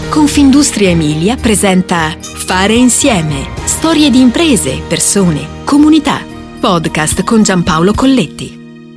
Confindustria Emilia presenta Fare Insieme. Storie di imprese, persone, comunità. Podcast con Giampaolo Colletti.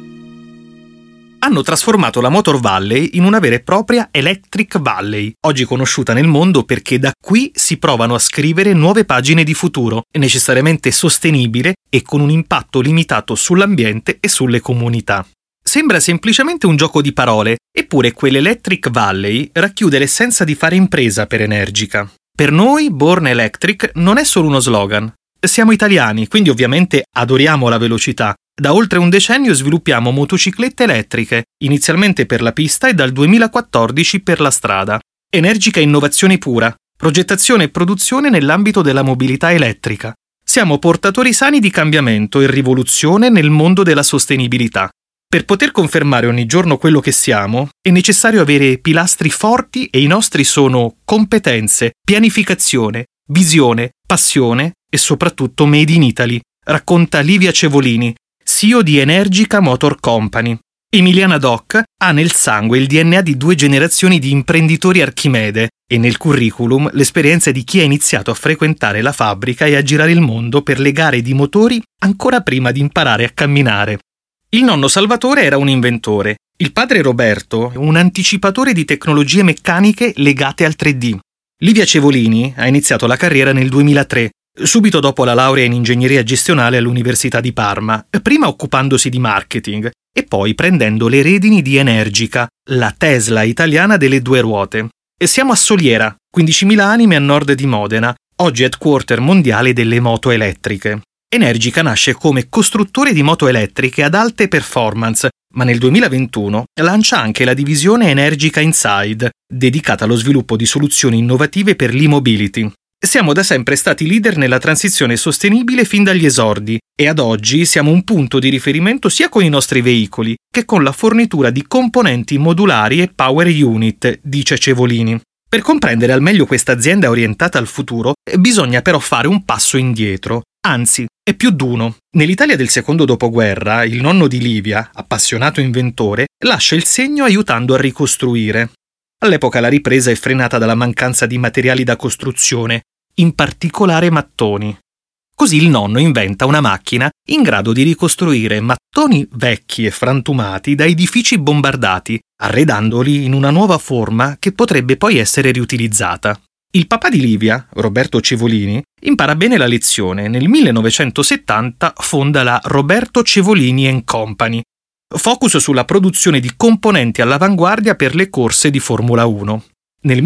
Hanno trasformato la Motor Valley in una vera e propria Electric Valley, oggi conosciuta nel mondo perché da qui si provano a scrivere nuove pagine di futuro, necessariamente sostenibile e con un impatto limitato sull'ambiente e sulle comunità. Sembra semplicemente un gioco di parole, eppure quell'Electric Valley racchiude l'essenza di fare impresa per Energica. Per noi Born Electric non è solo uno slogan. Siamo italiani, quindi ovviamente adoriamo la velocità. Da oltre un decennio sviluppiamo motociclette elettriche, inizialmente per la pista e dal 2014 per la strada. Energica innovazione pura, progettazione e produzione nell'ambito della mobilità elettrica. Siamo portatori sani di cambiamento e rivoluzione nel mondo della sostenibilità. Per poter confermare ogni giorno quello che siamo, è necessario avere pilastri forti e i nostri sono competenze, pianificazione, visione, passione e soprattutto Made in Italy, racconta Livia Cevolini, CEO di Energica Motor Company. Emiliana Doc ha nel sangue il DNA di 2 generazioni di imprenditori Archimede e nel curriculum l'esperienza di chi ha iniziato a frequentare la fabbrica e a girare il mondo per le gare di motori ancora prima di imparare a camminare. Il nonno Salvatore era un inventore, il padre Roberto un anticipatore di tecnologie meccaniche legate al 3D. Livia Cevolini ha iniziato la carriera nel 2003, subito dopo la laurea in ingegneria gestionale all'Università di Parma, prima occupandosi di marketing e poi prendendo le redini di Energica, la Tesla italiana delle 2 ruote. E siamo a Soliera, 15.000 anime a nord di Modena, oggi headquarter mondiale delle moto elettriche. Energica nasce come costruttore di moto elettriche ad alte performance, ma nel 2021 lancia anche la divisione Energica Inside, dedicata allo sviluppo di soluzioni innovative per l'e-mobility. Siamo da sempre stati leader nella transizione sostenibile fin dagli esordi e ad oggi siamo un punto di riferimento sia con i nostri veicoli che con la fornitura di componenti modulari e power unit, dice Cevolini. Per comprendere al meglio questa azienda orientata al futuro bisogna però fare un passo indietro. Anzi, è più d'uno. Nell'Italia del secondo dopoguerra, il nonno di Livia, appassionato inventore, lascia il segno aiutando a ricostruire. All'epoca la ripresa è frenata dalla mancanza di materiali da costruzione, in particolare mattoni. Così il nonno inventa una macchina in grado di ricostruire mattoni vecchi e frantumati da edifici bombardati, arredandoli in una nuova forma che potrebbe poi essere riutilizzata. Il papà di Livia, Roberto Cevolini, impara bene la lezione. Nel 1970 fonda la Roberto Cevolini & Company, focus sulla produzione di componenti all'avanguardia per le corse di Formula 1. Nel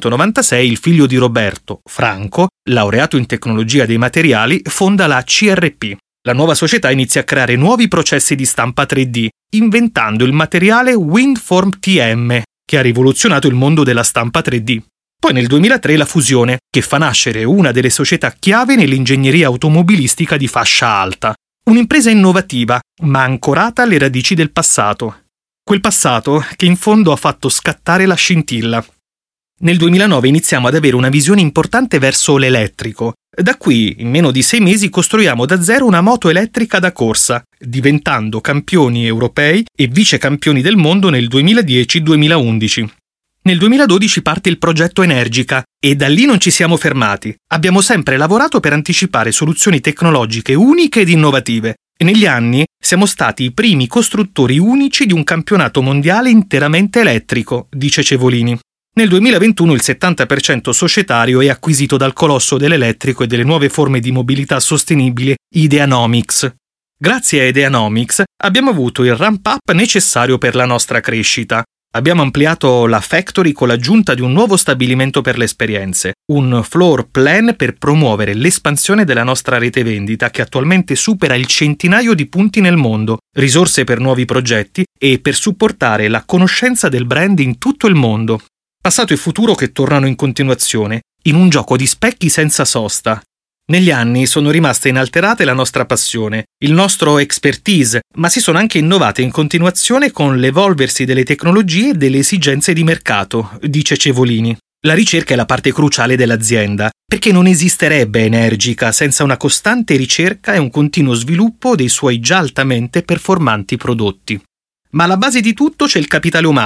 1996 il figlio di Roberto, Franco, laureato in tecnologia dei materiali, fonda la CRP. La nuova società inizia a creare nuovi processi di stampa 3D, inventando il materiale Windform TM, che ha rivoluzionato il mondo della stampa 3D. Poi nel 2003 la fusione, che fa nascere una delle società chiave nell'ingegneria automobilistica di fascia alta. Un'impresa innovativa, ma ancorata alle radici del passato. Quel passato che in fondo ha fatto scattare la scintilla. Nel 2009 iniziamo ad avere una visione importante verso l'elettrico. Da qui, in meno di 6 mesi, costruiamo da zero una moto elettrica da corsa, diventando campioni europei e vice campioni del mondo nel 2010-2011. Nel 2012 parte il progetto Energica e da lì non ci siamo fermati. Abbiamo sempre lavorato per anticipare soluzioni tecnologiche uniche ed innovative e negli anni siamo stati i primi costruttori unici di un campionato mondiale interamente elettrico, dice Cevolini. Nel 2021 il 70% societario è acquisito dal colosso dell'elettrico e delle nuove forme di mobilità sostenibile Ideanomics. Grazie a Ideanomics abbiamo avuto il ramp-up necessario per la nostra crescita. Abbiamo ampliato la factory con l'aggiunta di un nuovo stabilimento per le esperienze, un floor plan per promuovere l'espansione della nostra rete vendita che attualmente supera il centinaio di punti nel mondo, risorse per nuovi progetti e per supportare la conoscenza del brand in tutto il mondo. Passato e futuro che tornano in continuazione, in un gioco di specchi senza sosta. Negli anni sono rimaste inalterate la nostra passione, il nostro expertise, ma si sono anche innovate in continuazione con l'evolversi delle tecnologie e delle esigenze di mercato, dice Cevolini. La ricerca è la parte cruciale dell'azienda, perché non esisterebbe Energica senza una costante ricerca e un continuo sviluppo dei suoi già altamente performanti prodotti. Ma alla base di tutto c'è il capitale umano,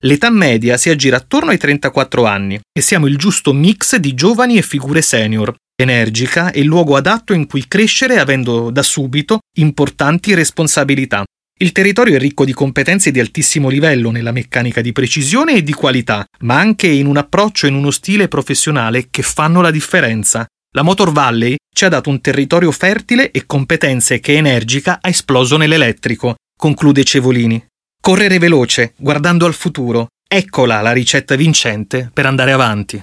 L'età media si aggira attorno ai 34 anni e siamo il giusto mix di giovani e figure senior. Energica è il luogo adatto in cui crescere avendo da subito importanti responsabilità. Il territorio è ricco di competenze di altissimo livello nella meccanica di precisione e di qualità, ma anche in un approccio e in uno stile professionale che fanno la differenza. La Motor Valley ci ha dato un territorio fertile e competenze che Energica ha esploso nell'elettrico, conclude Cevolini. Correre veloce, guardando al futuro, eccola la ricetta vincente per andare avanti.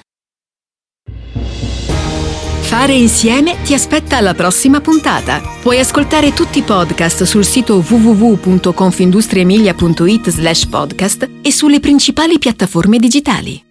Fare insieme ti aspetta alla prossima puntata. Puoi ascoltare tutti i podcast sul sito www.confindustriemilia.it/podcast e sulle principali piattaforme digitali.